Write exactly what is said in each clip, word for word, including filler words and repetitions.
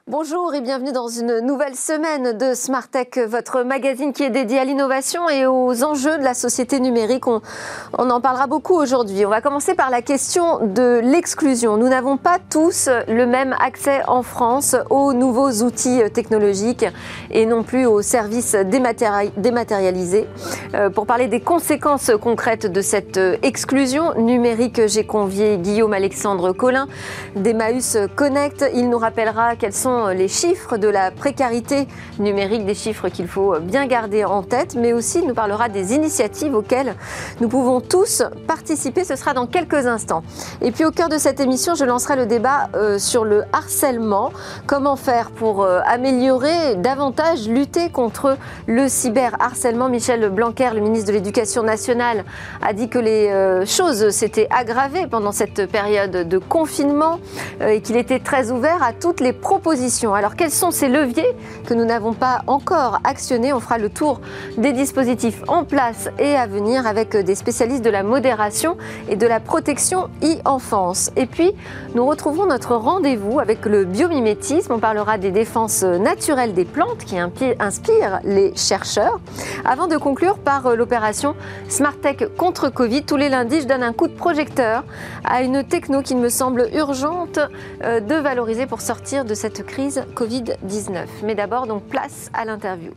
Bonjour et bienvenue dans une nouvelle semaine de Smart Tech, votre magazine qui est dédié à l'innovation et aux enjeux de la société numérique. On, on en parlera beaucoup aujourd'hui. On va commencer par la question de l'exclusion. Nous n'avons pas tous le même accès en France aux nouveaux outils technologiques et non plus aux services dématéri- dématérialisés. Euh, pour parler des conséquences concrètes de cette exclusion numérique, j'ai convié Guillaume Alexandre Collin d'Emmaüs Connect. Il nous rappellera quels sont les chiffres de la précarité numérique, des chiffres qu'il faut bien garder en tête, mais aussi il nous parlera des initiatives auxquelles nous pouvons tous participer. Ce sera dans quelques instants. Et puis au cœur de cette émission, je lancerai le débat euh, sur le harcèlement. Comment faire pour euh, améliorer, davantage lutter contre le cyberharcèlement? Michel Blanquer, le ministre de l'Éducation nationale, a dit que les euh, choses s'étaient aggravées pendant cette période de confinement euh, et qu'il était très ouvert à toutes les propositions. Alors quels sont ces leviers que nous n'avons pas encore actionnés? On fera le tour des dispositifs en place et à venir avec des spécialistes de la modération et de la protection e-enfance. Et puis nous retrouverons notre rendez-vous avec le biomimétisme. On parlera des défenses naturelles des plantes qui inspirent les chercheurs. Avant de conclure par l'opération Smart Tech contre Covid, tous les lundis je donne un coup de projecteur à une techno qui me semble urgente de valoriser pour sortir de cette crise covid dix-neuf. Mais d'abord, donc, place à l'interview.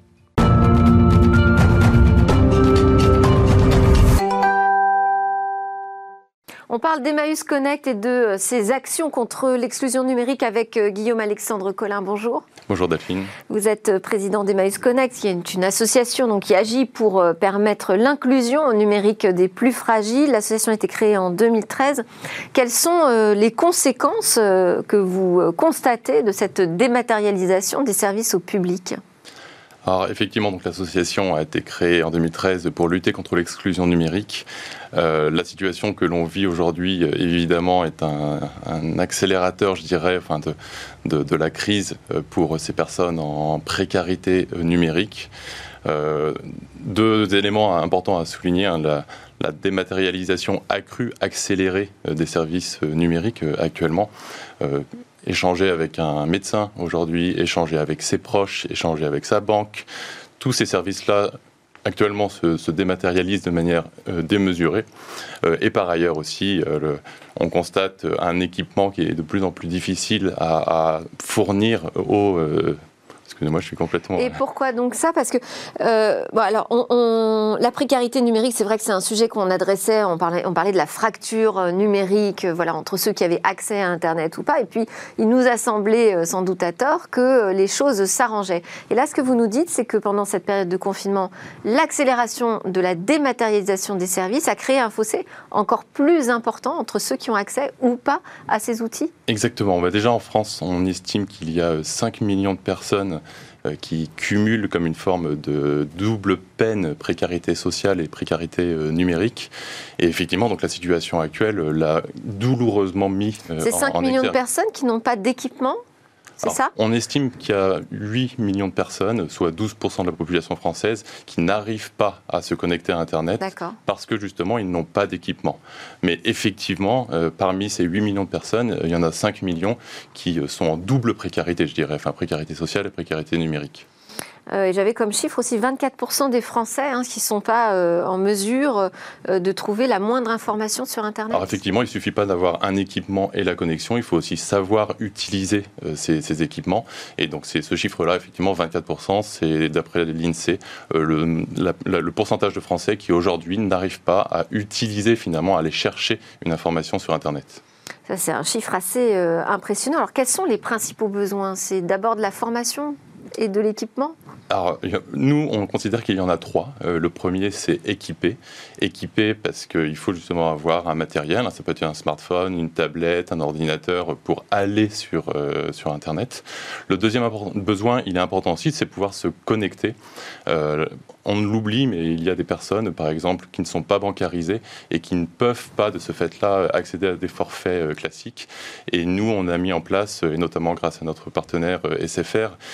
On parle d'Emmaüs Connect et de ses actions contre l'exclusion numérique avec Guillaume Alexandre Collin. Bonjour. Bonjour Delphine. Vous êtes président d'Emmaüs Connect, qui est une association donc, qui agit pour permettre l'inclusion numérique des plus fragiles. L'association a été créée en deux mille treize. Quelles sont les conséquences que vous constatez de cette dématérialisation des services au public ? Alors effectivement, donc, l'association a été créée en deux mille treize pour lutter contre l'exclusion numérique. Euh, la situation que l'on vit aujourd'hui, évidemment, est un, un accélérateur, je dirais, enfin, de, de, de la crise pour ces personnes en précarité numérique. Euh, deux éléments importants à souligner, hein, la, la dématérialisation accrue, accélérée des services numériques actuellement. Euh, échanger avec un médecin aujourd'hui, échanger avec ses proches, échanger avec sa banque. Tous ces services-là, actuellement, se, se dématérialisent de manière euh, démesurée. Euh, et par ailleurs aussi, euh, le, on constate un équipement qui est de plus en plus difficile à, à fournir aux... Euh, Excusez-moi, je suis complètement... Et pourquoi donc ça? Parce que, euh, bon, alors, on, on, la précarité numérique, c'est vrai que c'est un sujet qu'on adressait, on parlait, on parlait de la fracture numérique, voilà, entre ceux qui avaient accès à Internet ou pas, et puis il nous a semblé, sans doute à tort, que les choses s'arrangeaient. Et là, ce que vous nous dites, c'est que pendant cette période de confinement, l'accélération de la dématérialisation des services a créé un fossé encore plus important entre ceux qui ont accès ou pas à ces outils? Exactement. Bah déjà, en France, on estime qu'il y a cinq millions de personnes qui cumulent comme une forme de double peine, précarité sociale et précarité numérique. Et effectivement, donc la situation actuelle l'a douloureusement mis en exergue. C'est cinq millions de personnes qui n'ont pas d'équipement ? C'est Alors, ça ? On estime qu'il y a huit millions de personnes, soit douze pour cent de la population française, qui n'arrivent pas à se connecter à Internet. D'accord. Parce que justement, ils n'ont pas d'équipement. Mais effectivement, euh, parmi ces huit millions de personnes, il y en a cinq millions qui sont en double précarité, je dirais, enfin précarité sociale et précarité numérique. Euh, et j'avais comme chiffre aussi vingt-quatre pour cent des Français hein, qui ne sont pas euh, en mesure euh, de trouver la moindre information sur Internet. Alors effectivement, il ne suffit pas d'avoir un équipement et la connexion, il faut aussi savoir utiliser euh, ces, ces équipements. Et donc c'est ce chiffre-là, effectivement, vingt-quatre pour cent, c'est d'après l'INSEE, euh, le, la, la, le pourcentage de Français qui aujourd'hui n'arrivent pas à utiliser, finalement, à aller chercher une information sur Internet. Ça, c'est un chiffre assez euh, impressionnant. Alors quels sont les principaux besoins? C'est d'abord de la formation et de l'équipement? Alors, nous, on considère qu'il y en a trois. Euh, le premier, c'est équiper. Équiper parce qu'il faut justement avoir un matériel. Ça peut être un smartphone, une tablette, un ordinateur pour aller sur, euh, sur Internet. Le deuxième besoin, il est important aussi, c'est pouvoir se connecter. Euh, on l'oublie, mais il y a des personnes, par exemple, qui ne sont pas bancarisées et qui ne peuvent pas, de ce fait-là, accéder à des forfaits euh, classiques. Et nous, on a mis en place, et notamment grâce à notre partenaire euh, S F R, euh, la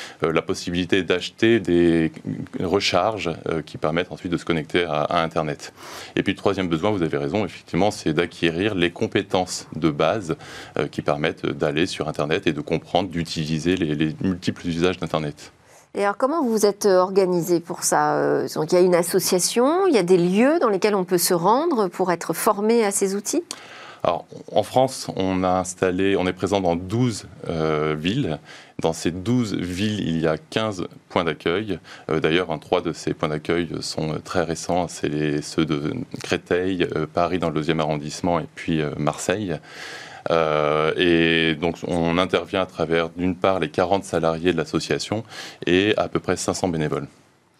possibilité d'acheter des recharges euh, qui permettent ensuite de se connecter à, à Internet. Et puis le troisième besoin, vous avez raison, effectivement, c'est d'acquérir les compétences de base euh, qui permettent d'aller sur Internet et de comprendre, d'utiliser les, les multiples usages d'Internet. Et alors, comment vous êtes organisé pour ça ? Donc, il y a une association, il y a des lieux dans lesquels on peut se rendre pour être formé à ces outils ? Alors, en France, on a installé, on est présent dans douze euh, villes. Dans ces douze villes, il y a quinze points d'accueil. Euh, d'ailleurs, hein, trois de ces points d'accueil sont euh, très récents. C'est les, ceux de Créteil, euh, Paris dans le deuxième arrondissement et puis euh, Marseille. Euh, et donc, on intervient à travers, d'une part, les quarante salariés de l'association et à peu près cinq cents bénévoles.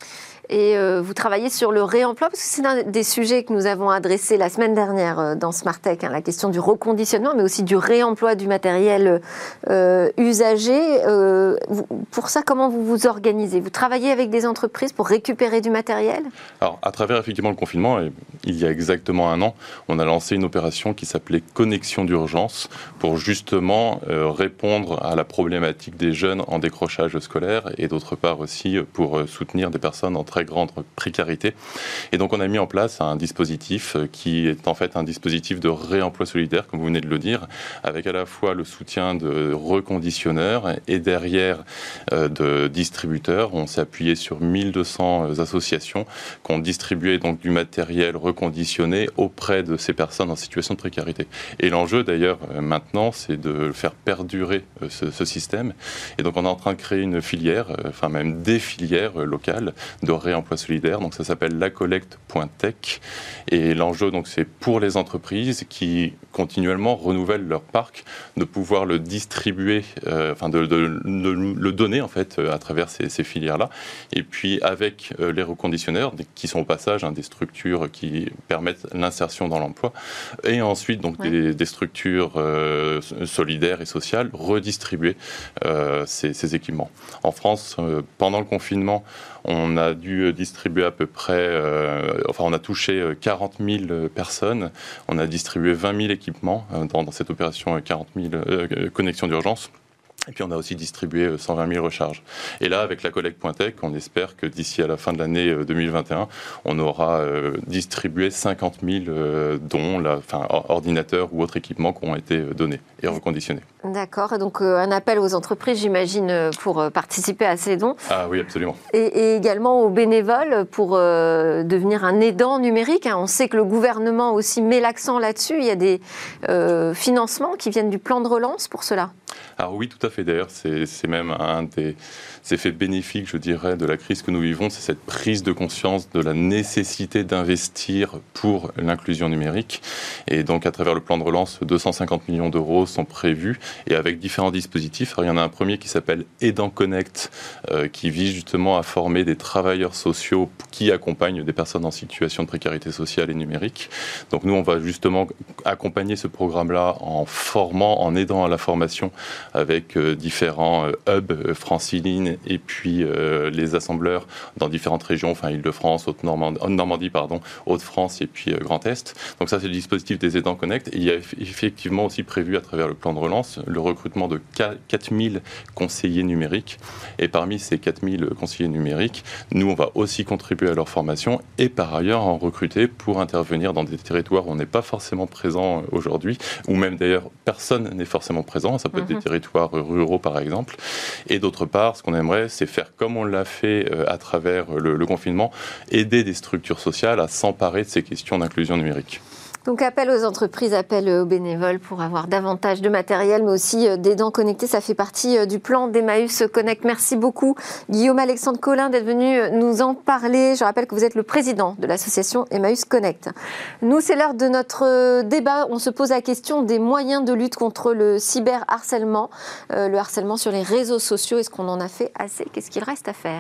Et euh, vous travaillez sur le réemploi, parce que c'est un des sujets que nous avons adressé la semaine dernière euh, dans Smartech, hein, la question du reconditionnement, mais aussi du réemploi du matériel euh, usagé. Euh, vous, pour ça, comment vous vous organisez ? Vous travaillez avec des entreprises pour récupérer du matériel ? Alors, à travers effectivement le confinement, et il y a exactement un an, on a lancé une opération qui s'appelait Connexion d'urgence pour justement euh, répondre à la problématique des jeunes en décrochage scolaire et d'autre part aussi pour euh, soutenir des personnes en très grande précarité. Et donc on a mis en place un dispositif qui est en fait un dispositif de réemploi solidaire, comme vous venez de le dire, avec à la fois le soutien de reconditionneurs et derrière euh, de distributeurs. On s'est appuyé sur mille deux cents associations qui ont distribué donc du matériel reconditionné auprès de ces personnes en situation de précarité. Et l'enjeu d'ailleurs euh, maintenant, c'est de faire perdurer euh, ce, ce système. Et donc on est en train de créer une filière, euh, enfin même des filières euh, locales de réemploi solidaire, donc ça s'appelle la collecte point tech et l'enjeu donc c'est pour les entreprises qui continuellement renouvellent leur parc de pouvoir le distribuer, euh, enfin de, de, de le donner en fait à travers ces, ces filières-là et puis avec euh, les reconditionneurs qui sont au passage hein, des structures qui permettent l'insertion dans l'emploi et ensuite donc ouais. des, des structures euh, solidaires et sociales redistribuer euh, ces, ces équipements. En France, euh, pendant le confinement, on a dû distribuer à peu près, euh, enfin on a touché quarante mille personnes, on a distribué vingt mille équipements euh, dans, dans cette opération quarante mille euh, connexions d'urgence. Et puis on a aussi distribué cent vingt mille recharges. Et là, avec la collecte point tech, on espère que d'ici à la fin de l'année deux mille vingt et un, on aura euh, distribué cinquante mille euh, dons, là, enfin, ordinateurs ou autres équipements qui ont été donnés et reconditionnés. D'accord. Et donc euh, un appel aux entreprises, j'imagine, pour euh, participer à ces dons. Ah oui, absolument. Et, et également aux bénévoles pour euh, devenir un aidant numérique. Hein. On sait que le gouvernement aussi met l'accent là-dessus. Il y a des euh, financements qui viennent du plan de relance pour cela. Alors oui, tout à fait. D'ailleurs, c'est, c'est même un des effets bénéfiques, je dirais, de la crise que nous vivons, c'est cette prise de conscience de la nécessité d'investir pour l'inclusion numérique. Et donc, à travers le plan de relance, deux cent cinquante millions d'euros sont prévus, et avec différents dispositifs. Alors, il y en a un premier qui s'appelle Aidant Connect, euh, qui vise justement à former des travailleurs sociaux qui accompagnent des personnes en situation de précarité sociale et numérique. Donc, nous, on va justement accompagner ce programme-là en formant, en aidant à la formation avec euh, différents euh, hubs euh, Franciline et puis euh, les assembleurs dans différentes régions, enfin Île-de-France, Haute-Normandie, Normandie, pardon, Haute-France et puis euh, Grand Est. Donc ça, c'est le dispositif des Aidants Connect. Et il y a effectivement aussi prévu à travers le plan de relance le recrutement de quatre mille conseillers numériques. Et parmi ces quatre mille conseillers numériques, nous, on va aussi contribuer à leur formation et par ailleurs en recruter pour intervenir dans des territoires où on n'est pas forcément présent aujourd'hui, ou même d'ailleurs personne n'est forcément présent. Ça peut être des territoires ruraux par exemple. Et d'autre part, ce qu'on aimerait, c'est faire comme on l'a fait euh, à travers le, le confinement, aider des structures sociales à s'emparer de ces questions d'inclusion numérique. Donc appel aux entreprises, appel aux bénévoles pour avoir davantage de matériel, mais aussi d'aidants connectés. Ça fait partie du plan d'Emmaüs Connect. Merci beaucoup Guillaume-Alexandre Collin d'être venu nous en parler. Je rappelle que vous êtes le président de l'association Emmaüs Connect. Nous, c'est l'heure de notre débat. On se pose la question des moyens de lutte contre le cyberharcèlement, euh, le harcèlement sur les réseaux sociaux. Est-ce qu'on en a fait assez ? Qu'est-ce qu'il reste à faire ?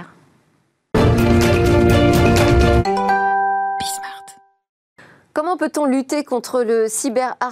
Comment peut-on lutter contre le cyberharcèlement ?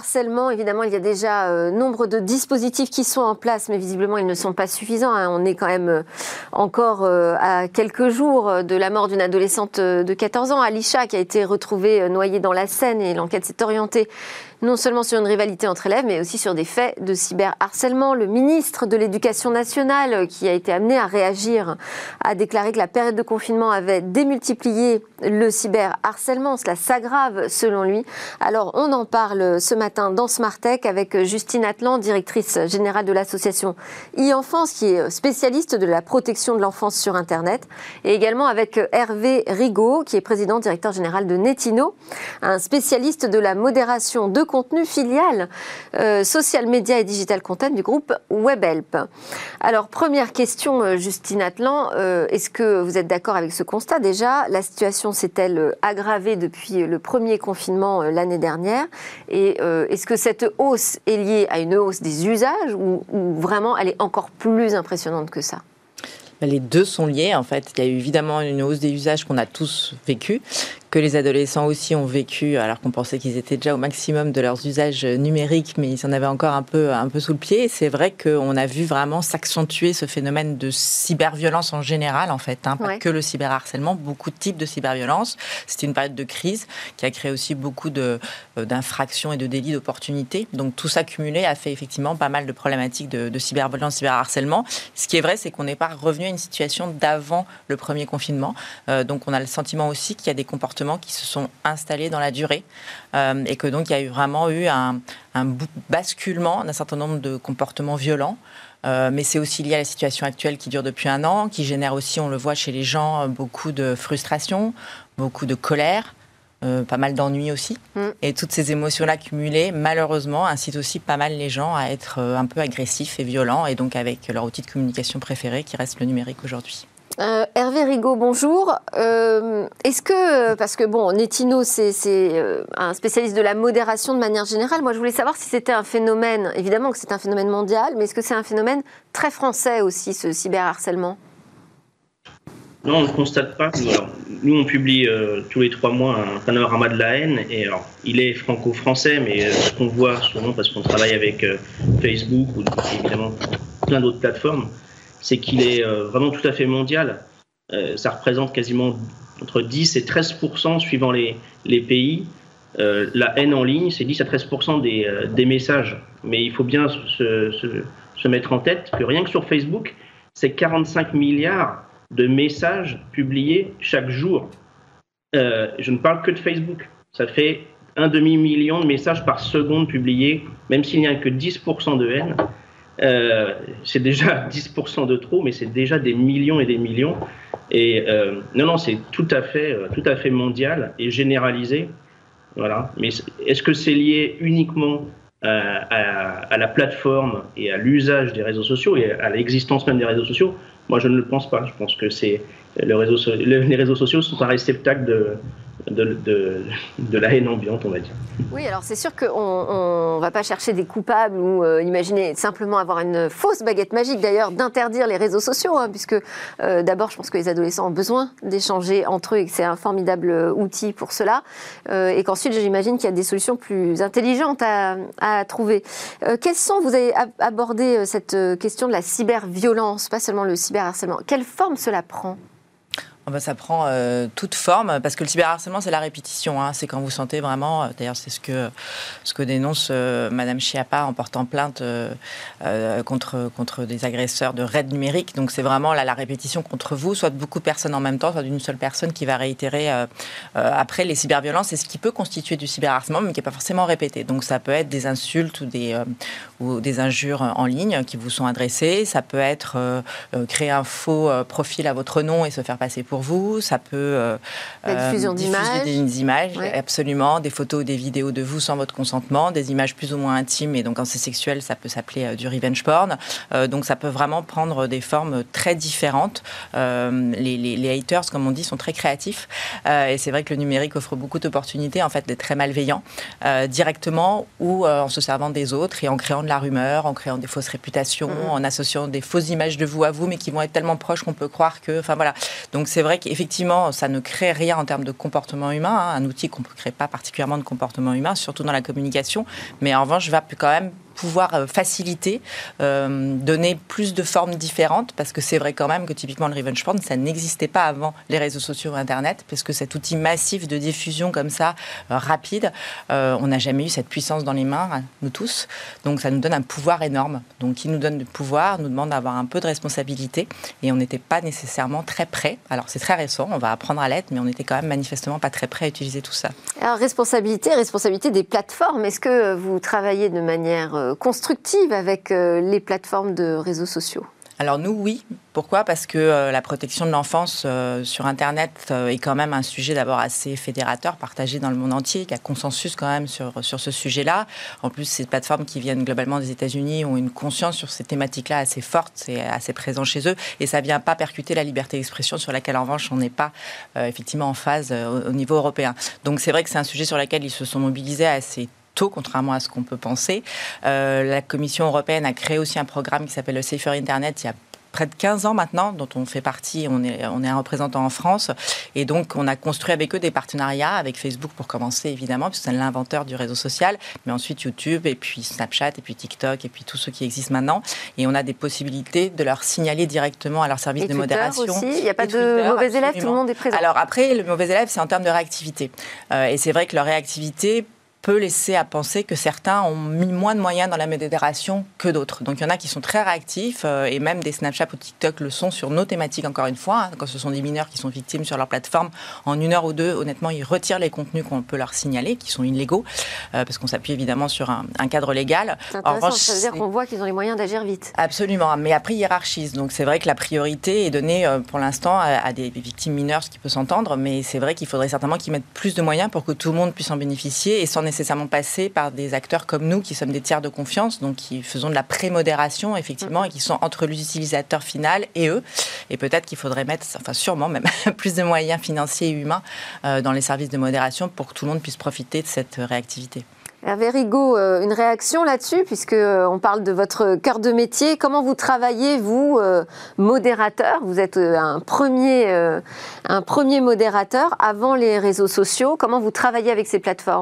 Évidemment, il y a déjà euh, nombre de dispositifs qui sont en place, mais visiblement, ils ne sont pas suffisants. Hein. On est quand même euh, encore euh, à quelques jours de la mort d'une adolescente de quatorze ans, Alisha, qui a été retrouvée euh, noyée dans la Seine, et l'enquête s'est orientée non seulement sur une rivalité entre élèves, mais aussi sur des faits de cyberharcèlement. Le ministre de l'Éducation nationale, qui a été amené à réagir, a déclaré que la période de confinement avait démultiplié le cyberharcèlement. Cela s'aggrave selon lui. Alors, on en parle ce matin dans Smart Tech avec Justine Atlan, directrice générale de l'association e-Enfance, qui est spécialiste de la protection de l'enfance sur Internet, et également avec Hervé Rigaud, qui est président directeur général de Netino, un spécialiste de la modération de contenu filiale euh, social media et digital content du groupe Webhelp. Alors, première question, Justine Atlan, euh, est-ce que vous êtes d'accord avec ce constat déjà ? La situation s'est-elle aggravée depuis le premier confinement euh, l'année dernière ? Et euh, est-ce que cette hausse est liée à une hausse des usages ou, ou vraiment elle est encore plus impressionnante que ça ? Les deux sont liés, en fait. Il y a eu évidemment une hausse des usages qu'on a tous vécu, que les adolescents aussi ont vécu, alors qu'on pensait qu'ils étaient déjà au maximum de leurs usages numériques, mais ils en avaient encore un peu, un peu sous le pied. Et c'est vrai qu'on a vu vraiment s'accentuer ce phénomène de cyberviolence en général, en fait, hein, pas ouais. que le cyberharcèlement, beaucoup de types de cyberviolence. C'était une période de crise qui a créé aussi beaucoup de, euh, d'infractions et de délits d'opportunités. Donc tout ça cumulé a fait effectivement pas mal de problématiques de, de cyberviolence, cyberharcèlement. Ce qui est vrai, c'est qu'on n'est pas revenu à une situation d'avant le premier confinement. Euh, donc on a le sentiment aussi qu'il y a des comportements qui se sont installés dans la durée euh, et que donc il y a eu vraiment eu un, un basculement d'un certain nombre de comportements violents. Euh, mais c'est aussi lié à la situation actuelle qui dure depuis un an, qui génère aussi, on le voit chez les gens, beaucoup de frustration, beaucoup de colère, euh, pas mal d'ennui aussi. Mm. Et toutes ces émotions-là cumulées, malheureusement, incitent aussi pas mal les gens à être un peu agressifs et violents, et donc avec leur outil de communication préféré qui reste le numérique aujourd'hui. Euh, Hervé Rigaud, bonjour. Euh, est-ce que, parce que bon, Netino, c'est, c'est euh, un spécialiste de la modération de manière générale. Moi, je voulais savoir si c'était un phénomène, évidemment que c'est un phénomène mondial, mais est-ce que c'est un phénomène très français aussi, ce cyberharcèlement ? Non, on ne le constate pas. Alors, nous, on publie euh, tous les trois mois un panorama de la haine. Et alors, il est franco-français, mais euh, ce qu'on voit souvent, parce qu'on travaille avec euh, Facebook ou évidemment plein d'autres plateformes, c'est qu'il est euh, vraiment tout à fait mondial. Euh, ça représente quasiment entre dix et treize pour cent suivant les, les pays. Euh, la haine en ligne, c'est dix à treize pour cent des, euh, des messages. Mais il faut bien se, se, se mettre en tête que rien que sur Facebook, c'est quarante-cinq milliards de messages publiés chaque jour. Euh, je ne parle que de Facebook. Ça fait un demi-million de messages par seconde publiés, même s'il n'y a que dix pour cent de haine. Euh, c'est déjà dix pour cent de trop, mais c'est déjà des millions et des millions. Et euh, non, non, c'est tout à fait, euh, tout à fait mondial et généralisé. Voilà. Mais est-ce que c'est lié uniquement euh, à, à la plateforme et à l'usage des réseaux sociaux et à l'existence même des réseaux sociaux ? Moi, je ne le pense pas. Je pense que c'est le réseau, le, les réseaux sociaux sont un réceptacle de, de, de, de la haine ambiante, on va dire. Oui, alors c'est sûr qu'on ne va pas chercher des coupables ou euh, imaginer simplement avoir une fausse baguette magique, d'ailleurs, d'interdire les réseaux sociaux, hein, puisque euh, d'abord, je pense que les adolescents ont besoin d'échanger entre eux et que c'est un formidable outil pour cela, euh, et qu'ensuite, j'imagine qu'il y a des solutions plus intelligentes à, à trouver. Euh, quelles sont, vous avez abordé cette question de la cyberviolence, pas seulement le cyberharcèlement. Quelle forme cela prend ? Ça prend euh, toute forme, parce que le cyberharcèlement, c'est la répétition. Hein. C'est quand vous sentez vraiment, d'ailleurs, c'est ce que, ce que dénonce euh, Madame Schiappa en portant plainte euh, euh, contre, contre des agresseurs de raids numériques. Donc, c'est vraiment la, la répétition contre vous, soit de beaucoup de personnes en même temps, soit d'une seule personne qui va réitérer. Euh, euh, après, les cyberviolences, c'est ce qui peut constituer du cyberharcèlement, mais qui n'est pas forcément répété. Donc, ça peut être des insultes ou des, euh, ou des injures en ligne qui vous sont adressées. Ça peut être euh, euh, créer un faux euh, profil à votre nom et se faire passer pour vous, ça peut euh, la diffusion euh, d'images, diffuser des images, ouais. absolument, des photos ou des vidéos de vous sans votre consentement, des images plus ou moins intimes, et donc quand c'est sexuel, ça peut s'appeler euh, du revenge porn. Euh, donc ça peut vraiment prendre des formes très différentes. Euh, les, les, les haters, comme on dit, sont très créatifs, euh, et c'est vrai que le numérique offre beaucoup d'opportunités en fait d'être très malveillant, euh, directement ou euh, en se servant des autres et en créant de la rumeur, en créant des fausses réputations, mmh. en associant des fausses images de vous à vous, mais qui vont être tellement proches qu'on peut croire que, enfin voilà. Donc c'est vrai qu'effectivement, ça ne crée rien en termes de comportement humain, hein, un outil qu'on ne crée pas particulièrement de comportement humain, surtout dans la communication, mais en revanche, va quand même pouvoir faciliter, euh, donner plus de formes différentes, parce que c'est vrai quand même que typiquement le revenge porn, ça n'existait pas avant les réseaux sociaux et Internet, parce que cet outil massif de diffusion comme ça, euh, rapide, euh, on n'a jamais eu cette puissance dans les mains, hein, nous tous, donc ça nous donne un pouvoir énorme. Donc qui nous donne du pouvoir, nous demande d'avoir un peu de responsabilité, et on n'était pas nécessairement très prêts. Alors c'est très récent, on va apprendre à l'être, mais on n'était quand même manifestement pas très prêts à utiliser tout ça. Alors responsabilité, responsabilité des plateformes, est-ce que vous travaillez de manière constructive avec les plateformes de réseaux sociaux? Alors nous, oui. Pourquoi ? Parce que euh, la protection de l'enfance euh, sur Internet euh, est quand même un sujet d'abord assez fédérateur, partagé dans le monde entier, qui a consensus quand même sur, sur ce sujet-là. En plus, ces plateformes qui viennent globalement des États-Unis ont une conscience sur ces thématiques-là assez forte, c'est assez présent chez eux, et ça ne vient pas percuter la liberté d'expression sur laquelle, en revanche, on n'est pas euh, effectivement en phase euh, au, au niveau européen. Donc c'est vrai que c'est un sujet sur lequel ils se sont mobilisés assez tôt, contrairement à ce qu'on peut penser. Euh, la Commission européenne a créé aussi un programme qui s'appelle le Safer Internet il y a près de quinze ans maintenant, dont on fait partie, on est, on est un représentant en France, et donc on a construit avec eux des partenariats, avec Facebook pour commencer évidemment, puisque c'est l'inventeur du réseau social, mais ensuite YouTube, et puis Snapchat, et puis TikTok, et puis tous ceux qui existent maintenant, et on a des possibilités de leur signaler directement à leur service et de Twitter modération. Aussi. Il n'y a pas et de Twitter, mauvais élèves, absolument. Tout le monde est présent. Alors après, le mauvais élève, c'est en termes de réactivité, euh, et c'est vrai que leur réactivité peut laisser à penser que certains ont mis moins de moyens dans la modération que d'autres. Donc il y en a qui sont très réactifs, euh, et même des Snapchat ou TikTok le sont sur nos thématiques, encore une fois. Hein, quand ce sont des mineurs qui sont victimes sur leur plateforme, en une heure ou deux, honnêtement, ils retirent les contenus qu'on peut leur signaler, qui sont illégaux, euh, parce qu'on s'appuie évidemment sur un, un cadre légal. C'est intéressant, en revanche, ça veut dire qu'on voit qu'ils ont les moyens d'agir vite. Absolument, mais après ils hiérarchisent. Donc c'est vrai que la priorité est donnée euh, pour l'instant à, à des victimes mineures, ce qui peut s'entendre, mais c'est vrai qu'il faudrait certainement qu'ils mettent plus de moyens pour que tout le monde puisse en bénéficier, et sans nécessairement passer par des acteurs comme nous, qui sommes des tiers de confiance, donc qui faisons de la pré-modération, effectivement, et qui sont entre l'utilisateur final et eux. Et peut-être qu'il faudrait mettre, enfin sûrement même, plus de moyens financiers et humains euh, dans les services de modération pour que tout le monde puisse profiter de cette réactivité. Hervé Rigaud, une réaction là-dessus, puisqu'on parle de votre cœur de métier. Comment vous travaillez, vous, modérateur ? Vous êtes un premier, un premier modérateur avant les réseaux sociaux. Comment vous travaillez avec ces plateformes ?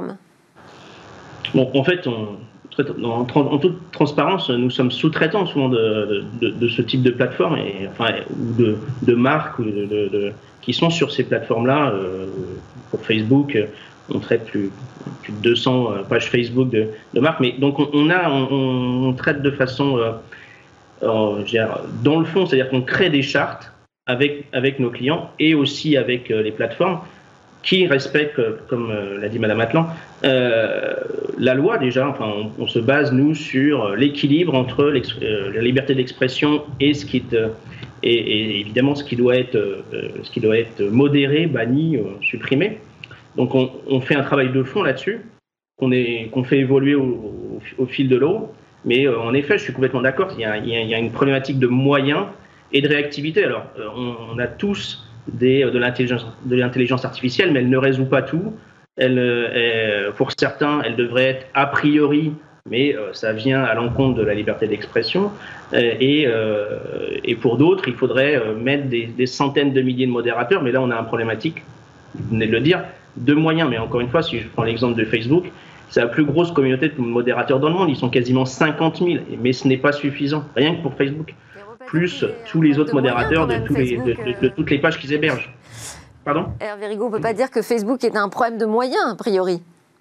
Bon, en fait, on, en, en toute transparence, nous sommes sous-traitants souvent de, de, de ce type de plateforme, et, enfin, ou de, de marques ou de, de, de, qui sont sur ces plateformes-là. Euh, pour Facebook, on traite plus, plus de deux cents pages Facebook de, de marques, mais donc on, on, a, on, on traite de façon, euh, euh, je dirais, dans le fond, c'est-à-dire qu'on crée des chartes avec, avec nos clients et aussi avec euh, les plateformes qui respectent, comme euh, l'a dit Madame Atlan, euh, la loi déjà. Enfin, on, on se base, nous, sur l'équilibre entre euh, la liberté d'expression et ce qui est, euh, et, et évidemment ce qui doit être, euh, ce qui doit être modéré, banni, euh, supprimé. Donc on, on fait un travail de fond là-dessus, qu'on qu'on fait évoluer au, au, au fil de l'eau. Mais euh, en effet, je suis complètement d'accord, il y a, il y a, il y a une problématique de moyens et de réactivité. Alors, euh, on, on a tous des, de l'intelligence artificielle, mais elle ne résout pas tout. Elle, elle, pour certains, elle devrait être a priori, mais euh, ça vient à l'encontre de la liberté d'expression. Et, euh, et pour d'autres, il faudrait euh, mettre des, des centaines de milliers de modérateurs, mais là, on a une problématique, vous venez de le dire, de moyens. Mais encore une fois, si je prends l'exemple de Facebook, c'est la plus grosse communauté de modérateurs dans le monde. Ils sont quasiment cinquante mille, mais ce n'est pas suffisant, rien que pour Facebook. Plus tous les autres modérateurs de, tous les, de, de, de toutes les pages qu'ils hébergent. Pardon ? Hervé Rigaud, on ne peut pas dire que Facebook est un problème de moyens, a priori.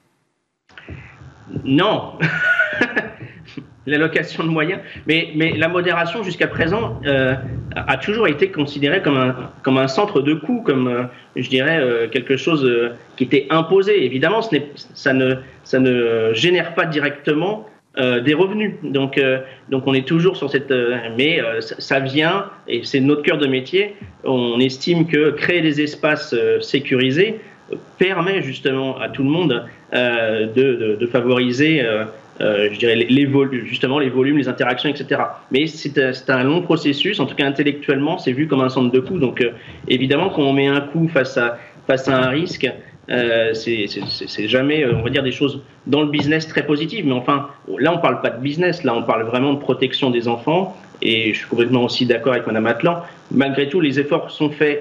Non. L'allocation de moyens. Mais, mais la modération, jusqu'à présent, euh, a toujours été considérée comme un, comme un centre de coût, comme, euh, je dirais, euh, quelque chose euh, qui était imposé. Évidemment, ce n'est, ça, ne, ça ne génère pas directement euh, des revenus. Donc, euh, donc, on est toujours sur cette... Euh, mais euh, ça, ça vient, et c'est notre cœur de métier, on estime que créer des espaces euh, sécurisés permet justement à tout le monde euh, de, de, de favoriser... Euh, Euh, je dirais les, les volumes, justement les volumes, les interactions, et cetera. Mais c'est un, c'est un long processus, en tout cas intellectuellement, c'est vu comme un centre de coût. Donc euh, évidemment, quand on met un coût face à, face à un risque, euh, c'est, c'est, c'est jamais, on va dire, des choses dans le business très positives. Mais enfin, là, on ne parle pas de business, là, on parle vraiment de protection des enfants. Et je suis complètement aussi d'accord avec Madame Atlan. Malgré tout, les efforts sont faits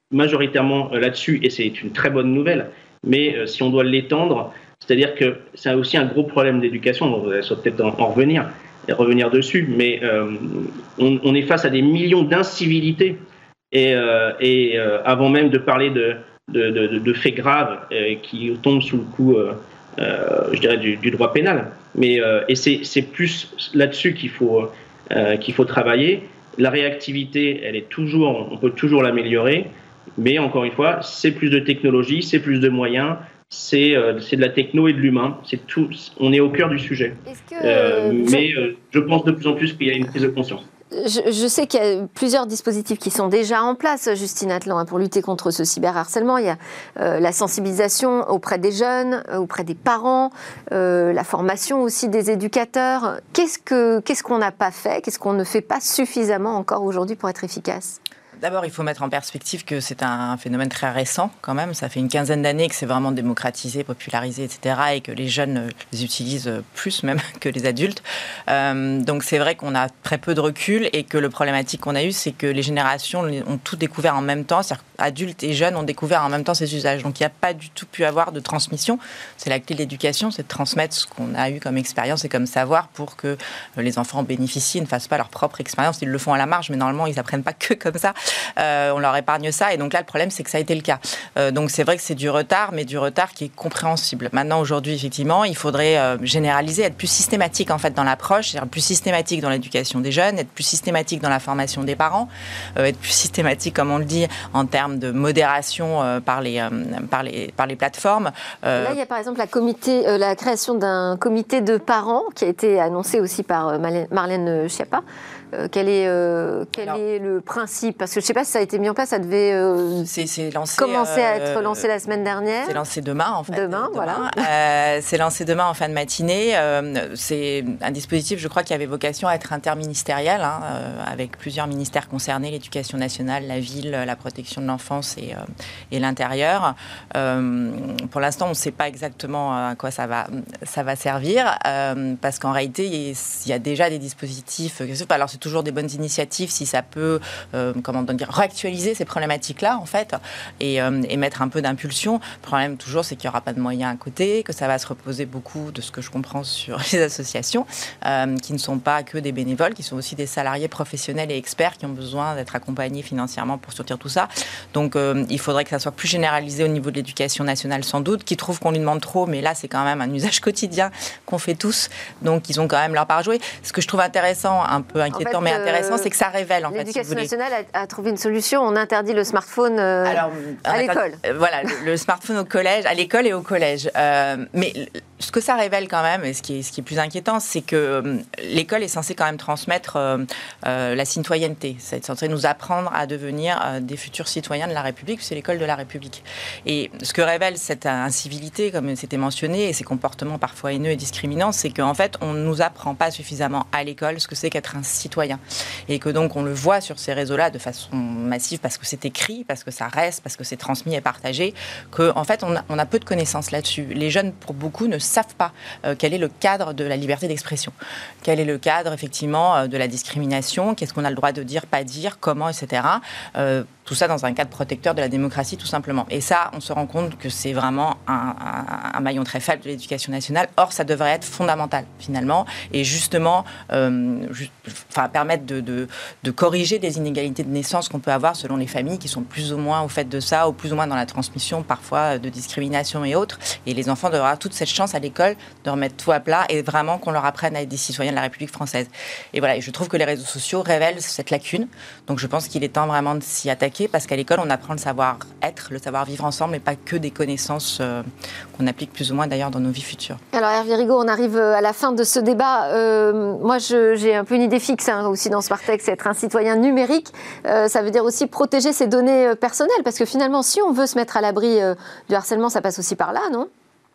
majoritairement là-dessus, et c'est une très bonne nouvelle, mais euh, si on doit l'étendre, c'est-à-dire que c'est aussi un gros problème d'éducation, on va peut-être en, en revenir, et revenir dessus, mais euh, on, on est face à des millions d'incivilités, et, euh, et euh, avant même de parler de, de, de, de faits graves euh, qui tombent sous le coup, euh, euh, je dirais, du, du droit pénal, mais, euh, et c'est, c'est plus là-dessus qu'il faut, euh, qu'il faut travailler. La réactivité, elle est toujours, on peut toujours l'améliorer, mais encore une fois, c'est plus de technologie, c'est plus de moyens, c'est, euh, c'est de la techno et de l'humain. C'est tout, on est au cœur du sujet. Que, euh, je... Mais euh, je pense de plus en plus qu'il y a une prise de conscience. Je, je sais qu'il y a plusieurs dispositifs qui sont déjà en place, Justine Atlan, pour lutter contre ce cyberharcèlement. Il y a euh, la sensibilisation auprès des jeunes, euh, auprès des parents, euh, la formation aussi des éducateurs. Qu'est-ce que, qu'est-ce qu'on n'a pas fait ? Qu'est-ce qu'on ne fait pas suffisamment encore aujourd'hui pour être efficace ? D'abord, il faut mettre en perspective que c'est un phénomène très récent quand même. Ça fait une quinzaine d'années que c'est vraiment démocratisé, popularisé, et cetera, et que les jeunes les utilisent plus même que les adultes. Euh, donc c'est vrai qu'on a très peu de recul et que le problématique qu'on a eu, c'est que les générations ont tout découvert en même temps. C'est-à-dire qu'adultes et jeunes ont découvert en même temps ces usages. Donc il n'y a pas du tout pu avoir de transmission. C'est la clé de l'éducation, c'est de transmettre ce qu'on a eu comme expérience et comme savoir pour que les enfants bénéficient et ne fassent pas leur propre expérience. Ils le font à la marge, mais normalement, ils n'apprennent pas que comme ça. Euh, on leur épargne ça, et donc là le problème c'est que ça a été le cas. Euh, donc c'est vrai que c'est du retard, mais du retard qui est compréhensible. Maintenant aujourd'hui effectivement il faudrait euh, généraliser, être plus systématique en fait dans l'approche, c'est-à-dire plus systématique dans l'éducation des jeunes, être plus systématique dans la formation des parents, euh, être plus systématique comme on le dit en termes de modération euh, par, les, euh, par, les, par les plateformes. Euh... Là il y a par exemple la, comité, euh, la création d'un comité de parents qui a été annoncé aussi par Marlène Schiappa. Euh, quel est, euh, quel Alors, est le principe ? Parce que je ne sais pas si ça a été mis en place, ça devait euh, c'est, c'est lancé, commencer à être lancé la semaine dernière. C'est lancé demain, en fait. Demain, demain. Voilà. Euh, c'est lancé demain en fin de matinée. Euh, c'est un dispositif, je crois, qui avait vocation à être interministériel, hein, euh, avec plusieurs ministères concernés, l'éducation nationale, la ville, la protection de l'enfance et, euh, et l'intérieur. Euh, pour l'instant, on ne sait pas exactement à quoi ça va, ça va servir, euh, parce qu'en réalité, il y a déjà des dispositifs. Alors, c'est toujours des bonnes initiatives si ça peut, euh, comment dire, réactualiser ces problématiques-là, en fait, et, euh, et mettre un peu d'impulsion. Le problème, toujours, c'est qu'il n'y aura pas de moyens à côté, que ça va se reposer beaucoup, de ce que je comprends, sur les associations, euh, qui ne sont pas que des bénévoles, qui sont aussi des salariés professionnels et experts qui ont besoin d'être accompagnés financièrement pour sortir tout ça. Donc, euh, il faudrait que ça soit plus généralisé au niveau de l'éducation nationale, sans doute, qui trouvent qu'on lui demande trop, mais là, c'est quand même un usage quotidien qu'on fait tous. Donc, ils ont quand même leur part à jouer. Ce que je trouve intéressant, un peu inquiétant, En fait, mais intéressant, c'est que ça révèle, en fait, l'éducation si nationale a, a trouvé une solution. On interdit le smartphone euh, Alors, à l'école. Euh, voilà, le, le smartphone au collège, à l'école et au collège. Euh, mais ce que ça révèle quand même, et ce qui est, ce qui est plus inquiétant, c'est que euh, l'école est censée quand même transmettre euh, euh, la citoyenneté. C'est censé nous apprendre à devenir euh, des futurs citoyens de la République. C'est l'école de la République. Et ce que révèle cette incivilité, comme c'était mentionné, et ces comportements parfois haineux et discriminants, c'est qu'en fait, on ne nous apprend pas suffisamment à l'école ce que c'est qu'être un citoyen. Et que donc, on le voit sur ces réseaux-là de façon massive parce que c'est écrit, parce que ça reste, parce que c'est transmis et partagé, qu'en en fait, on a, on a peu de connaissances là-dessus. Les jeunes, pour beaucoup, ne savent pas euh, quel est le cadre de la liberté d'expression. Quel est le cadre, effectivement, euh, de la discrimination, qu'est-ce qu'on a le droit de dire, pas dire, comment, et cetera. Euh, tout ça dans un cadre protecteur de la démocratie, tout simplement. Et ça, on se rend compte que c'est vraiment un, un, un maillon très faible de l'éducation nationale. Or, ça devrait être fondamental, finalement, et justement, euh, juste, enfin, permettre de, de, de corriger des inégalités de naissance qu'on peut avoir selon les familles qui sont plus ou moins au fait de ça, ou plus ou moins dans la transmission, parfois, de discrimination et autres. Et les enfants devraient avoir toute cette chance à l'école de remettre tout à plat et vraiment qu'on leur apprenne à être des citoyens de la République française. Et voilà, et je trouve que les réseaux sociaux révèlent cette lacune. Donc, je pense qu'il est temps vraiment de s'y attaquer, parce qu'à l'école, on apprend le savoir-être, le savoir-vivre ensemble, et pas que des connaissances euh, qu'on applique plus ou moins d'ailleurs dans nos vies futures. Alors Hervé Rigaud, on arrive à la fin de ce débat. Euh, moi, je, j'ai un peu une idée fixe hein, aussi dans Smartech, c'est être un citoyen numérique. Euh, ça veut dire aussi protéger ses données personnelles, parce que finalement, si on veut se mettre à l'abri euh, du harcèlement, ça passe aussi par là, non ?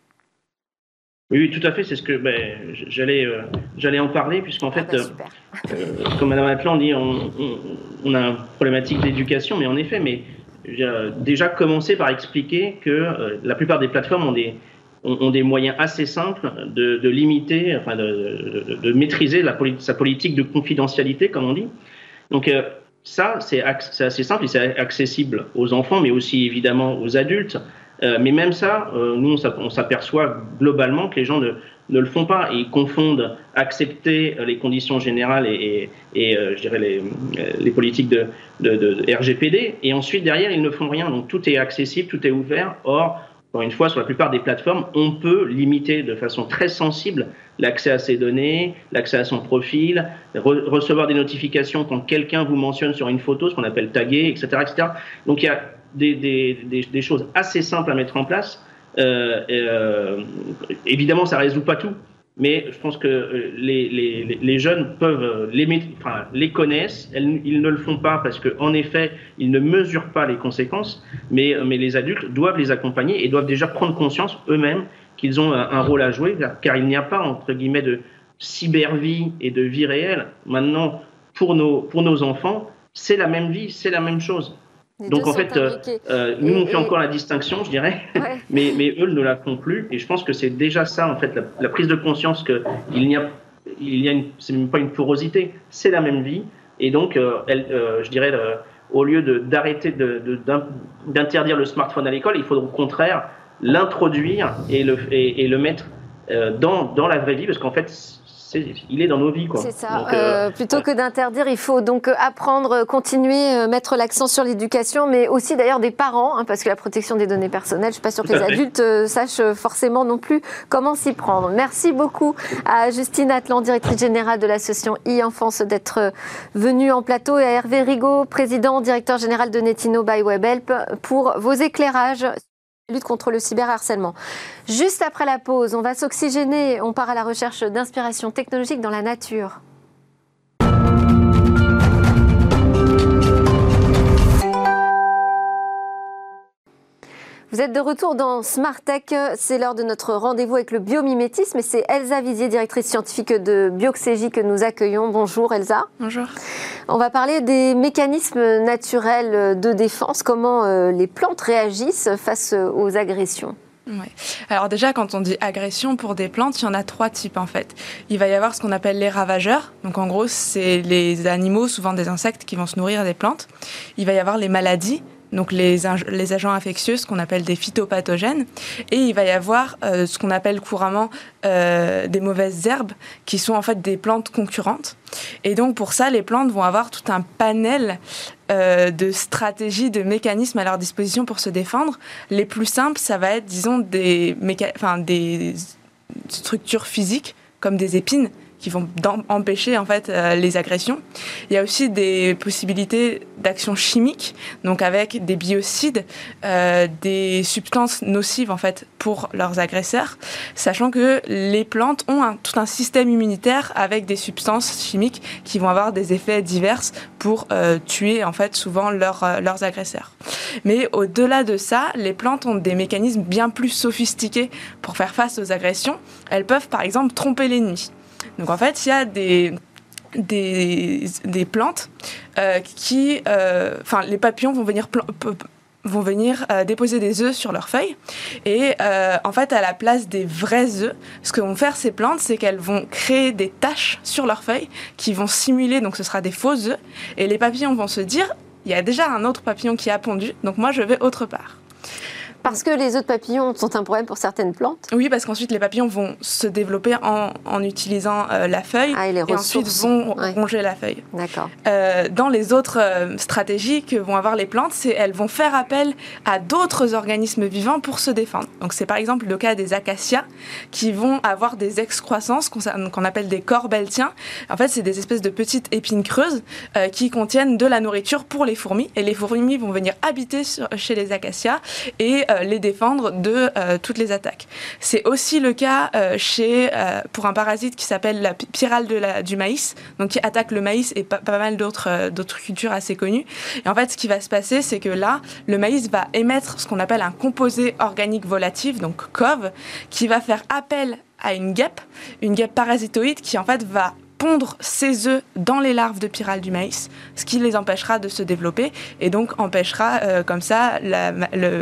Oui, oui, tout à fait. C'est ce que ben, j'allais, euh, j'allais en parler, puisqu'en fait, ah bah, euh, comme Madame Atlan dit, on, on, on a une problématique d'éducation, mais en effet, mais j'ai déjà commencé par expliquer que euh, la plupart des plateformes ont des, ont, ont des moyens assez simples de, de limiter, enfin, de, de, de maîtriser la, sa politique de confidentialité, comme on dit. Donc, euh, ça, c'est, ac- c'est assez simple et c'est accessible aux enfants, mais aussi évidemment aux adultes. Euh, mais même ça, euh, nous, on s'aperçoit globalement que les gens ne, ne le font pas. Et ils confondent accepter les conditions générales et, et, et euh, je dirais les, les politiques de, de, de R G P D. Et ensuite, derrière, ils ne font rien. Donc, tout est accessible, tout est ouvert. Or, encore une fois, sur la plupart des plateformes, on peut limiter de façon très sensible l'accès à ses données, l'accès à son profil, re- recevoir des notifications quand quelqu'un vous mentionne sur une photo, ce qu'on appelle taguer, et cetera, et cetera. Donc, il y a Des, des, des, des choses assez simples à mettre en place. Euh, euh, évidemment, ça ne résout pas tout, mais je pense que les, les, les jeunes peuvent les, enfin, les connaissent, elles, ils ne le font pas parce qu'en effet, ils ne mesurent pas les conséquences, mais, mais les adultes doivent les accompagner et doivent déjà prendre conscience eux-mêmes qu'ils ont un, un rôle à jouer, car il n'y a pas, entre guillemets, de cybervie et de vie réelle. Maintenant, pour nos, pour nos enfants, c'est la même vie, c'est la même chose. Les Donc en fait, euh, euh, nous et, on fait et... encore la distinction, je dirais, ouais. mais, mais eux ne la font plus. Et je pense que c'est déjà ça, en fait, la, la prise de conscience qu'il n'y a, il y a une, c'est même pas une porosité, c'est la même vie. Et donc, euh, elle, euh, je dirais, euh, au lieu de, d'arrêter de, de, d'interdire le smartphone à l'école, il faut au contraire l'introduire et le, et, et le mettre euh, dans, dans la vraie vie, parce qu'en fait, il est dans nos vies, quoi. C'est ça. Donc, euh, euh, plutôt euh, que d'interdire, il faut donc apprendre, continuer, mettre l'accent sur l'éducation, mais aussi d'ailleurs des parents, hein, parce que la protection des données personnelles, je ne suis pas sûre que les adultes euh, sachent forcément non plus comment s'y prendre. Merci beaucoup à Justine Atlan, directrice générale de l'association e-Enfance, d'être venue en plateau, et à Hervé Rigaud, président, directeur général de Netino by Webhelp, pour vos éclairages. Lutte contre le cyberharcèlement. Juste après la pause, on va s'oxygéner. On part à la recherche d'inspiration technologique dans la nature. Vous êtes de retour dans Smart Tech, c'est l'heure de notre rendez-vous avec le biomimétisme et c'est Elsa Vizier, directrice scientifique de Bioxégie, que nous accueillons. Bonjour Elsa. Bonjour. On va parler des mécanismes naturels de défense, comment les plantes réagissent face aux agressions. Ouais. Alors déjà, quand on dit agression pour des plantes, il y en a trois types en fait. Il va y avoir ce qu'on appelle les ravageurs. Donc en gros, c'est les animaux, souvent des insectes, qui vont se nourrir des plantes. Il va y avoir les maladies. Donc les, les agents infectieux, ce qu'on appelle des phytopathogènes. Et il va y avoir euh, ce qu'on appelle couramment euh, des mauvaises herbes, qui sont en fait des plantes concurrentes. Et donc pour ça, les plantes vont avoir tout un panel euh, de stratégies, de mécanismes à leur disposition pour se défendre. Les plus simples, ça va être, disons, des, méca- enfin, des structures physiques, comme des épines, qui vont empêcher en fait euh, les agressions. Il y a aussi des possibilités d'action chimique, donc avec des biocides, euh, des substances nocives en fait pour leurs agresseurs, sachant que les plantes ont un, tout un système immunitaire avec des substances chimiques qui vont avoir des effets divers pour euh, tuer en fait souvent leur, euh, leurs agresseurs. Mais au-delà de ça, les plantes ont des mécanismes bien plus sophistiqués pour faire face aux agressions. Elles peuvent par exemple tromper l'ennemi. Donc en fait, il y a des, des, des plantes euh, qui... Enfin, euh, les papillons vont venir, pl- vont venir euh, déposer des œufs sur leurs feuilles. Et euh, en fait, à la place des vrais œufs, ce que vont faire ces plantes, c'est qu'elles vont créer des taches sur leurs feuilles qui vont simuler, donc ce sera des faux œufs. Et les papillons vont se dire, il y a déjà un autre papillon qui a pondu, donc moi je vais autre part. Parce que les œufs de papillons sont un problème pour certaines plantes. Oui, parce qu'ensuite les papillons vont se développer en, en utilisant euh, la feuille ah, et, les et ensuite vont ouais. ronger la feuille. D'accord. Euh, dans les autres euh, stratégies que vont avoir les plantes, c'est elles vont faire appel à d'autres organismes vivants pour se défendre. Donc c'est par exemple le cas des acacias qui vont avoir des excroissances qu'on, qu'on appelle des corbeltiens. En fait, c'est des espèces de petites épines creuses euh, qui contiennent de la nourriture pour les fourmis et les fourmis vont venir habiter sur, chez les acacias et euh, les défendre de euh, toutes les attaques. C'est aussi le cas euh, chez, euh, pour un parasite qui s'appelle la pyrale de la, du maïs, donc qui attaque le maïs et pas, pas mal d'autres, euh, d'autres cultures assez connues. Et en fait, ce qui va se passer, c'est que là, le maïs va émettre ce qu'on appelle un composé organique volatif, donc C O V, qui va faire appel à une guêpe, une guêpe parasitoïde qui en fait va pondre ses œufs dans les larves de pyrale du maïs, ce qui les empêchera de se développer et donc empêchera euh, comme ça la, le,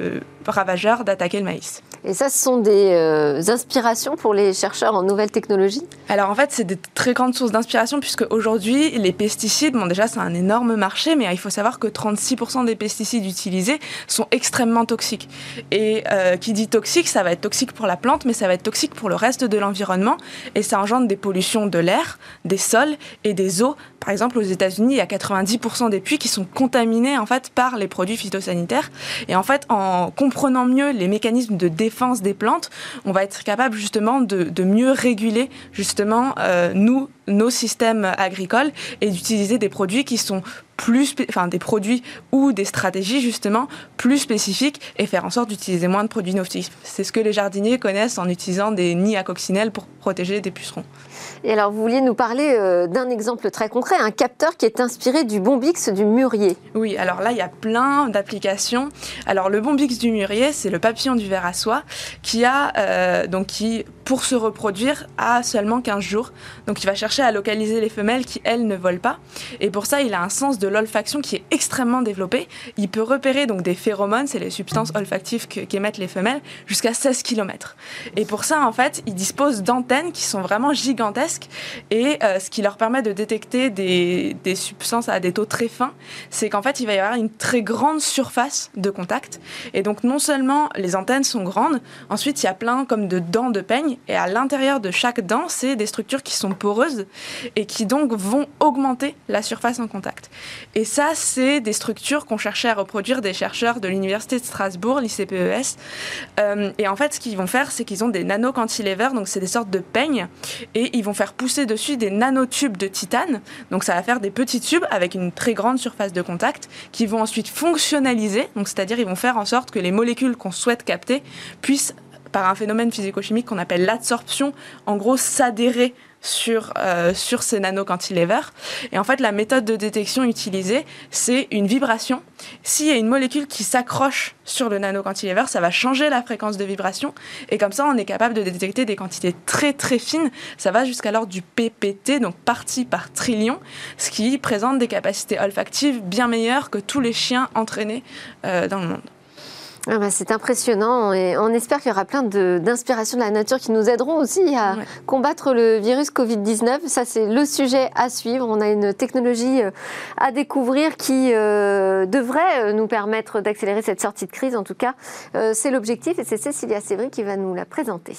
ravageurs d'attaquer le maïs. Et ça, ce sont des euh, inspirations pour les chercheurs en nouvelles technologies ? Alors en fait, c'est des très grandes sources d'inspiration puisque aujourd'hui, les pesticides, bon déjà c'est un énorme marché, mais il faut savoir que trente-six pour cent des pesticides utilisés sont extrêmement toxiques. Et euh, qui dit toxique, ça va être toxique pour la plante, mais ça va être toxique pour le reste de l'environnement. Et ça engendre des pollutions de l'air, des sols et des eaux. Par exemple, aux États-Unis, il y a quatre-vingt-dix pour cent des puits qui sont contaminés en fait par les produits phytosanitaires. Et en fait, en comprenant mieux les mécanismes de défense des plantes, on va être capable justement de, de mieux réguler justement euh, nous, nos systèmes agricoles et d'utiliser des produits qui sont plus, enfin des produits ou des stratégies justement plus spécifiques et faire en sorte d'utiliser moins de produits nocifs. C'est ce que les jardiniers connaissent en utilisant des nids à coccinelles pour protéger des pucerons. Et alors, vous vouliez nous parler euh, d'un exemple très concret, un capteur qui est inspiré du bombix du mûrier. Oui, alors là, il y a plein d'applications. Alors, le bombix du mûrier, c'est le papillon du ver à soie qui a, euh, donc qui, pour se reproduire, a seulement quinze jours. Donc, il va chercher à localiser les femelles qui, elles, ne volent pas. Et pour ça, il a un sens de l'olfaction qui est extrêmement développé. Il peut repérer donc des phéromones, c'est les substances olfactives que, qu'émettent les femelles, jusqu'à seize kilomètres. Et pour ça, en fait, il dispose d'antennes qui sont vraiment gigantesques. Et euh, ce qui leur permet de détecter des, des substances à des taux très fins, c'est qu'en fait, il va y avoir une très grande surface de contact. Et donc, non seulement les antennes sont grandes, ensuite, il y a plein comme de dents de peigne. Et à l'intérieur de chaque dent, c'est des structures qui sont poreuses et qui donc vont augmenter la surface en contact. Et ça, c'est des structures qu'ont cherché à reproduire des chercheurs de l'Université de Strasbourg, l'I C P E S. Euh, et en fait, ce qu'ils vont faire, c'est qu'ils ont des nano-cantilevers, donc c'est des sortes de peignes, et ils vont faire pousser dessus des nanotubes de titane. Donc ça va faire des petits tubes avec une très grande surface de contact qui vont ensuite fonctionnaliser, donc c'est-à-dire ils vont faire en sorte que les molécules qu'on souhaite capter puissent, par un phénomène physico-chimique qu'on appelle l'adsorption, en gros s'adhérer sur, euh, sur ces nano-cantilevers. Et en fait, la méthode de détection utilisée, c'est une vibration. S'il y a une molécule qui s'accroche sur le nano-cantilever, ça va changer la fréquence de vibration. Et comme ça, on est capable de détecter des quantités très très fines. Ça va jusqu'à l'ordre du P P T, donc partie par trillion, ce qui présente des capacités olfactives bien meilleures que tous les chiens entraînés euh, dans le monde. Ah bah c'est impressionnant et on espère qu'il y aura plein de, d'inspirations de la nature qui nous aideront aussi à ouais. combattre le virus covid dix-neuf. Ça, c'est le sujet à suivre. On a une technologie à découvrir qui euh, devrait nous permettre d'accélérer cette sortie de crise. En tout cas, euh, c'est l'objectif et c'est Cécilia Sévry qui va nous la présenter.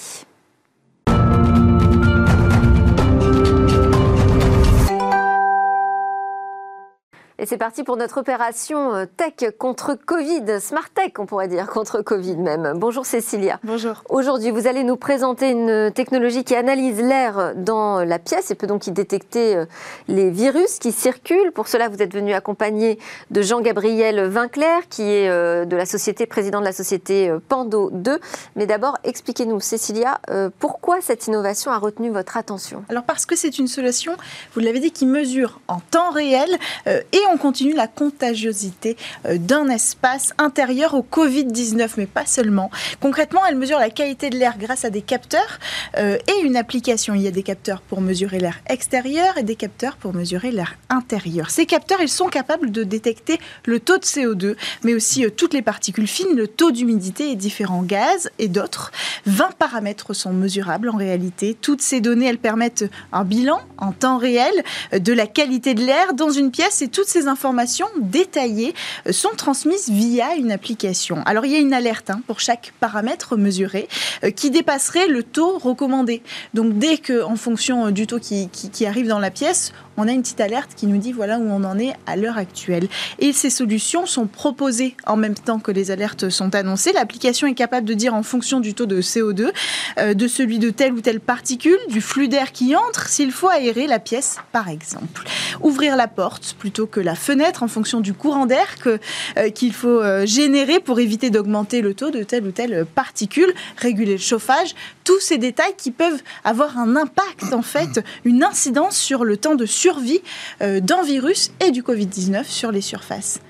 Et c'est parti pour notre opération tech contre Covid, Smart Tech on pourrait dire, contre Covid même. Bonjour Cécilia. Bonjour. Aujourd'hui, vous allez nous présenter une technologie qui analyse l'air dans la pièce et peut donc y détecter les virus qui circulent. Pour cela, vous êtes venu accompagné de Jean-Gabriel Vinclair, qui est de la société, président de la société Pando deux. Mais d'abord, expliquez-nous Cécilia, pourquoi cette innovation a retenu votre attention ? Alors parce que c'est une solution, vous l'avez dit, qui mesure en temps réel euh, et on continue la contagiosité d'un espace intérieur au covid dix-neuf, mais pas seulement. Concrètement, elle mesure la qualité de l'air grâce à des capteurs euh, et une application. Il y a des capteurs pour mesurer l'air extérieur et des capteurs pour mesurer l'air intérieur. Ces capteurs, ils sont capables de détecter le taux de C O deux, mais aussi euh, toutes les particules fines, le taux d'humidité et différents gaz et d'autres. vingt paramètres sont mesurables en réalité. Toutes ces données, elles permettent un bilan en temps réel de la qualité de l'air dans une pièce et toutes ces informations détaillées sont transmises via une application. Alors, il y a une alerte hein, pour chaque paramètre mesuré euh, qui dépasserait le taux recommandé. Donc, dès qu'en fonction du taux qui, qui, qui arrive dans la pièce, on a une petite alerte qui nous dit voilà où on en est à l'heure actuelle. Et ces solutions sont proposées en même temps que les alertes sont annoncées. L'application est capable de dire en fonction du taux de C O deux, euh, de celui de telle ou telle particule, du flux d'air qui entre, s'il faut aérer la pièce par exemple. Ouvrir la porte plutôt que la fenêtre en fonction du courant d'air que, euh, qu'il faut euh, générer pour éviter d'augmenter le taux de telle ou telle particule, réguler le chauffage, tous ces détails qui peuvent avoir un impact en fait, une incidence sur le temps de survie euh, d'un virus et du covid dix-neuf sur les surfaces.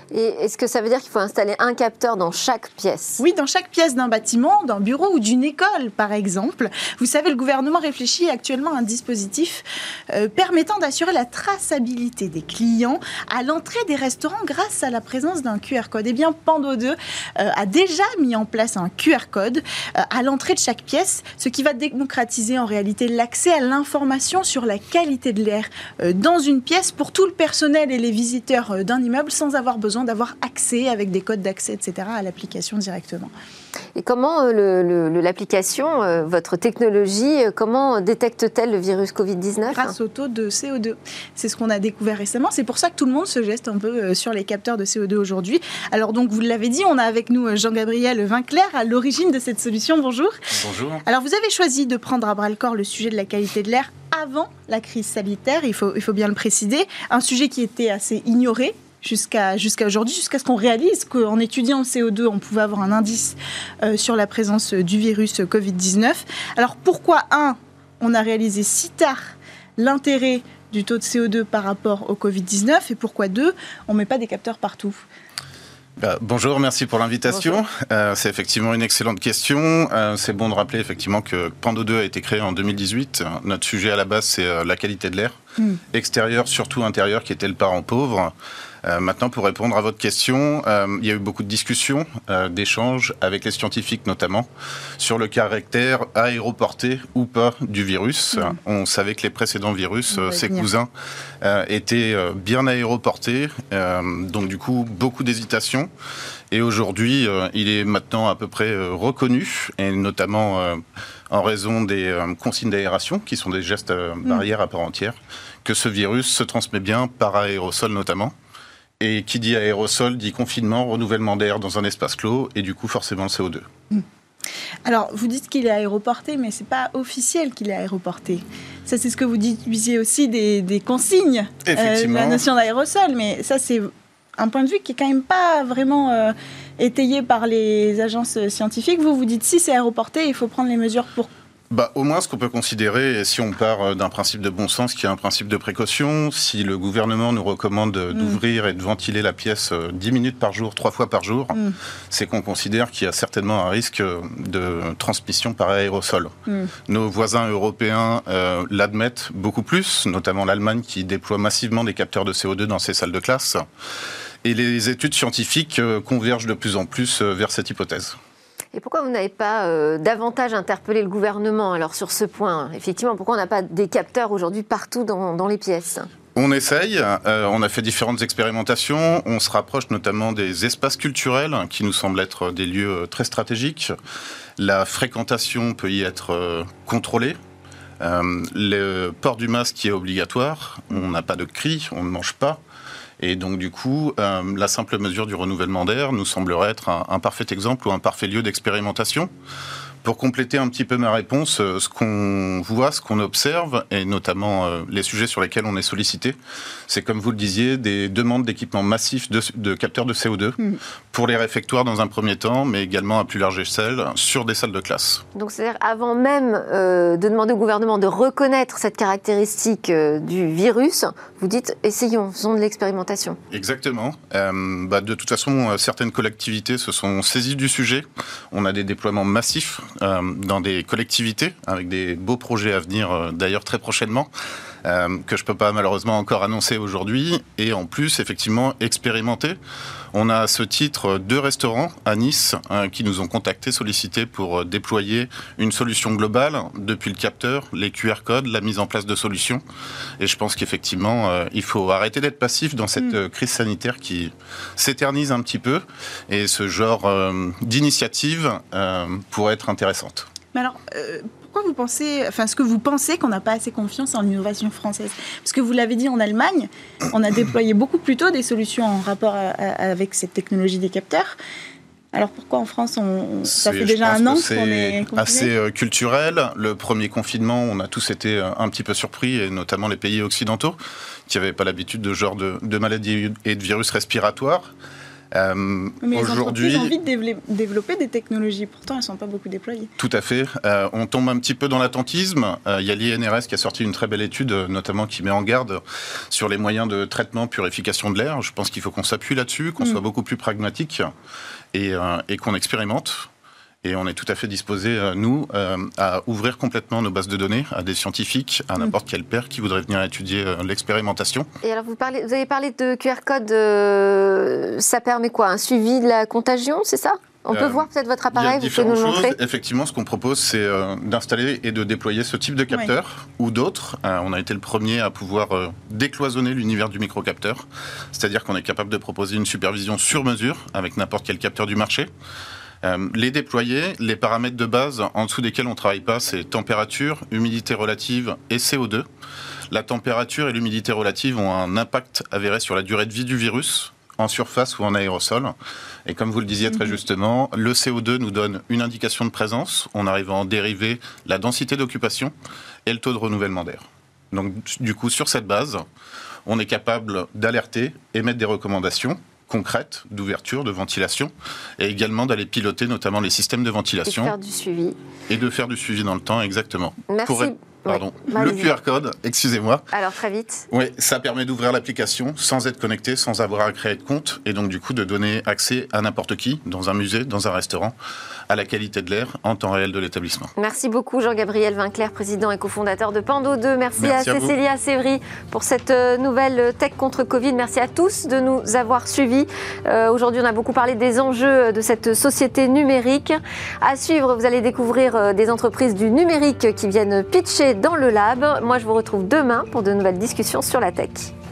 Et est-ce que ça veut dire qu'il faut installer un capteur dans chaque pièce ? Oui, dans chaque pièce d'un bâtiment, d'un bureau ou d'une école, par exemple. Vous savez, le gouvernement réfléchit actuellement à un dispositif euh, permettant d'assurer la traçabilité des clients à l'entrée des restaurants grâce à la présence d'un Q R code. Eh bien, Pando deux euh, a déjà mis en place un Q R code euh, à l'entrée de chaque pièce, ce qui va démocratiser en réalité l'accès à l'information sur la qualité de l'air euh, dans une pièce pour tout le personnel et les visiteurs euh, d'un immeuble sans avoir besoin d'avoir accès avec des codes d'accès, et cetera à l'application directement. Et comment euh, le, le, l'application, euh, votre technologie, euh, comment détecte-t-elle le virus covid dix-neuf ? Grâce au taux de C O deux. C'est ce qu'on a découvert récemment. C'est pour ça que tout le monde se geste un peu euh, sur les capteurs de C O deux aujourd'hui. Alors donc, vous l'avez dit, on a avec nous Jean-Gabriel Vinclair à l'origine de cette solution. Bonjour. Bonjour. Alors, vous avez choisi de prendre à bras-le-corps le sujet de la qualité de l'air avant la crise sanitaire, il faut, il faut bien le préciser. Un sujet qui était assez ignoré jusqu'à, jusqu'à aujourd'hui, jusqu'à ce qu'on réalise qu'en étudiant le C O deux, on pouvait avoir un indice euh, sur la présence du virus covid dix-neuf. Alors pourquoi, un, on a réalisé si tard l'intérêt du taux de C O deux par rapport au covid dix-neuf et pourquoi, deux, on ne met pas des capteurs partout ? Bah, bonjour, merci pour l'invitation. Euh, c'est effectivement une excellente question. Euh, c'est bon de rappeler effectivement que Pando deux a été créé en deux mille dix-huit. Notre sujet à la base, c'est euh, la qualité de l'air, mmh. extérieur, surtout intérieur, qui était le parent pauvre. Euh, maintenant, pour répondre à votre question, euh, il y a eu beaucoup de discussions, euh, d'échanges avec les scientifiques notamment, sur le caractère aéroporté ou pas du virus. Mmh. On savait que les précédents virus, euh, ses cousins, euh, étaient euh, bien aéroportés, euh, donc du coup, beaucoup d'hésitation. Et aujourd'hui, euh, il est maintenant à peu près euh, reconnu, et notamment euh, en raison des euh, consignes d'aération, qui sont des gestes euh, barrières mmh. à part entière, que ce virus se transmet bien par aérosol notamment. Et qui dit aérosol dit confinement, renouvellement d'air dans un espace clos et du coup forcément le C O deux. Alors vous dites qu'il est aéroporté, mais c'est pas officiel qu'il est aéroporté. Ça c'est ce que vous disiez aussi des, des consignes, effectivement. Euh, la notion d'aérosol, mais ça c'est un point de vue qui est quand même pas vraiment euh, étayé par les agences scientifiques. Vous vous dites si c'est aéroporté, il faut prendre les mesures pour... Bah, au moins, ce qu'on peut considérer, et si on part d'un principe de bon sens qui est un principe de précaution, si le gouvernement nous recommande mmh. d'ouvrir et de ventiler la pièce dix minutes par jour, trois fois par jour, mmh. c'est qu'on considère qu'il y a certainement un risque de transmission par aérosol. Mmh. Nos voisins européens euh, l'admettent beaucoup plus, notamment l'Allemagne qui déploie massivement des capteurs de C O deux dans ses salles de classe. Et les études scientifiques euh, convergent de plus en plus vers cette hypothèse. Et pourquoi vous n'avez pas euh, davantage interpellé le gouvernement alors sur ce point ? Effectivement, pourquoi on n'a pas des capteurs aujourd'hui partout dans, dans les pièces ? On essaye, euh, on a fait différentes expérimentations, on se rapproche notamment des espaces culturels qui nous semblent être des lieux très stratégiques. La fréquentation peut y être euh, contrôlée. Euh, le port du masque qui est obligatoire, on n'a pas de cris, on ne mange pas. Et donc, du coup, euh, la simple mesure du renouvellement d'air nous semblerait être un, un parfait exemple ou un parfait lieu d'expérimentation. Pour compléter un petit peu ma réponse, ce qu'on voit, ce qu'on observe, et notamment euh, les sujets sur lesquels on est sollicité, c'est, comme vous le disiez, des demandes d'équipements massifs de, de capteurs de C O deux mmh. pour les réfectoires dans un premier temps, mais également à plus large échelle sur des salles de classe. Donc, c'est-à-dire avant même euh, de demander au gouvernement de reconnaître cette caractéristique euh, du virus, vous dites essayons, faisons de l'expérimentation. Exactement. Euh, bah, de toute façon, certaines collectivités se sont saisies du sujet. On a des déploiements massifs Euh, dans des collectivités, avec des beaux projets à venir euh, d'ailleurs très prochainement, euh, que je ne peux pas malheureusement encore annoncer aujourd'hui, et en plus effectivement expérimenter. On a à ce titre deux restaurants à Nice euh, qui nous ont contactés, sollicités pour euh, déployer une solution globale, depuis le capteur, les Q R codes, la mise en place de solutions. Et je pense qu'effectivement, euh, il faut arrêter d'être passif dans cette euh, crise sanitaire qui s'éternise un petit peu, et ce genre euh, d'initiative euh, pourrait être intéressante. Mais alors, euh, pourquoi vous pensez, enfin, est-ce que vous pensez qu'on n'a pas assez confiance en l'innovation française ? Parce que vous l'avez dit, en Allemagne, on a déployé beaucoup plus tôt des solutions en rapport à, à, avec cette technologie des capteurs. Alors pourquoi en France, on, ça fait déjà un an qu'on est confiné ? C'est assez euh, culturel. Le premier confinement, on a tous été euh, un petit peu surpris, et notamment les pays occidentaux, qui n'avaient pas l'habitude de ce genre de, de maladies et de virus respiratoires. Euh, Mais les entreprises ont envie de développer des technologies, pourtant elles ne sont pas beaucoup déployées. Tout à fait. Euh, on tombe un petit peu dans l'attentisme. Il euh, y a l'I N R S qui a sorti une très belle étude, notamment qui met en garde sur les moyens de traitement, purification de l'air. Je pense qu'il faut qu'on s'appuie là-dessus, qu'on mmh. soit beaucoup plus pragmatique et, euh, et qu'on expérimente. Et on est tout à fait disposés, nous, euh, à ouvrir complètement nos bases de données à des scientifiques, à n'importe quel pair qui voudrait venir étudier euh, l'expérimentation. Et alors, vous, parlez, vous avez parlé de Q R code, euh, ça permet quoi? Un suivi de la contagion, c'est ça? On peut euh, voir peut-être votre appareil, vous pouvez nous le montrer? Effectivement, ce qu'on propose, c'est euh, d'installer et de déployer ce type de capteur oui. ou d'autres. Euh, on a été le premier à pouvoir euh, décloisonner l'univers du microcapteur. C'est-à-dire qu'on est capable de proposer une supervision sur mesure avec n'importe quel capteur du marché. Euh, les déployer, les paramètres de base en dessous desquels on ne travaille pas, c'est température, humidité relative et C O deux. La température et l'humidité relative ont un impact avéré sur la durée de vie du virus, en surface ou en aérosol. Et comme vous le disiez très justement, le C O deux nous donne une indication de présence. On arrive à en dériver la densité d'occupation et le taux de renouvellement d'air. Donc du coup, sur cette base, on est capable d'alerter, émettre des recommandations concrètes d'ouverture, de ventilation, et également d'aller piloter notamment les systèmes de ventilation. Et de faire du suivi. Et de faire du suivi dans le temps, exactement. Merci. Pour... Pardon, oui. Le Q R code, excusez-moi. Alors, très vite. Oui, ça permet d'ouvrir l'application sans être connecté, sans avoir à créer de compte, et donc du coup de donner accès à n'importe qui, dans un musée, dans un restaurant, à la qualité de l'air en temps réel de l'établissement. Merci beaucoup Jean-Gabriel Vinclair, président et cofondateur de Pando deux. Merci, Merci à, à Cécilia Sévry pour cette nouvelle tech contre Covid. Merci à tous de nous avoir suivis. Euh, aujourd'hui, on a beaucoup parlé des enjeux de cette société numérique. À suivre, vous allez découvrir des entreprises du numérique qui viennent pitcher dans le lab. Moi, je vous retrouve demain pour de nouvelles discussions sur la tech.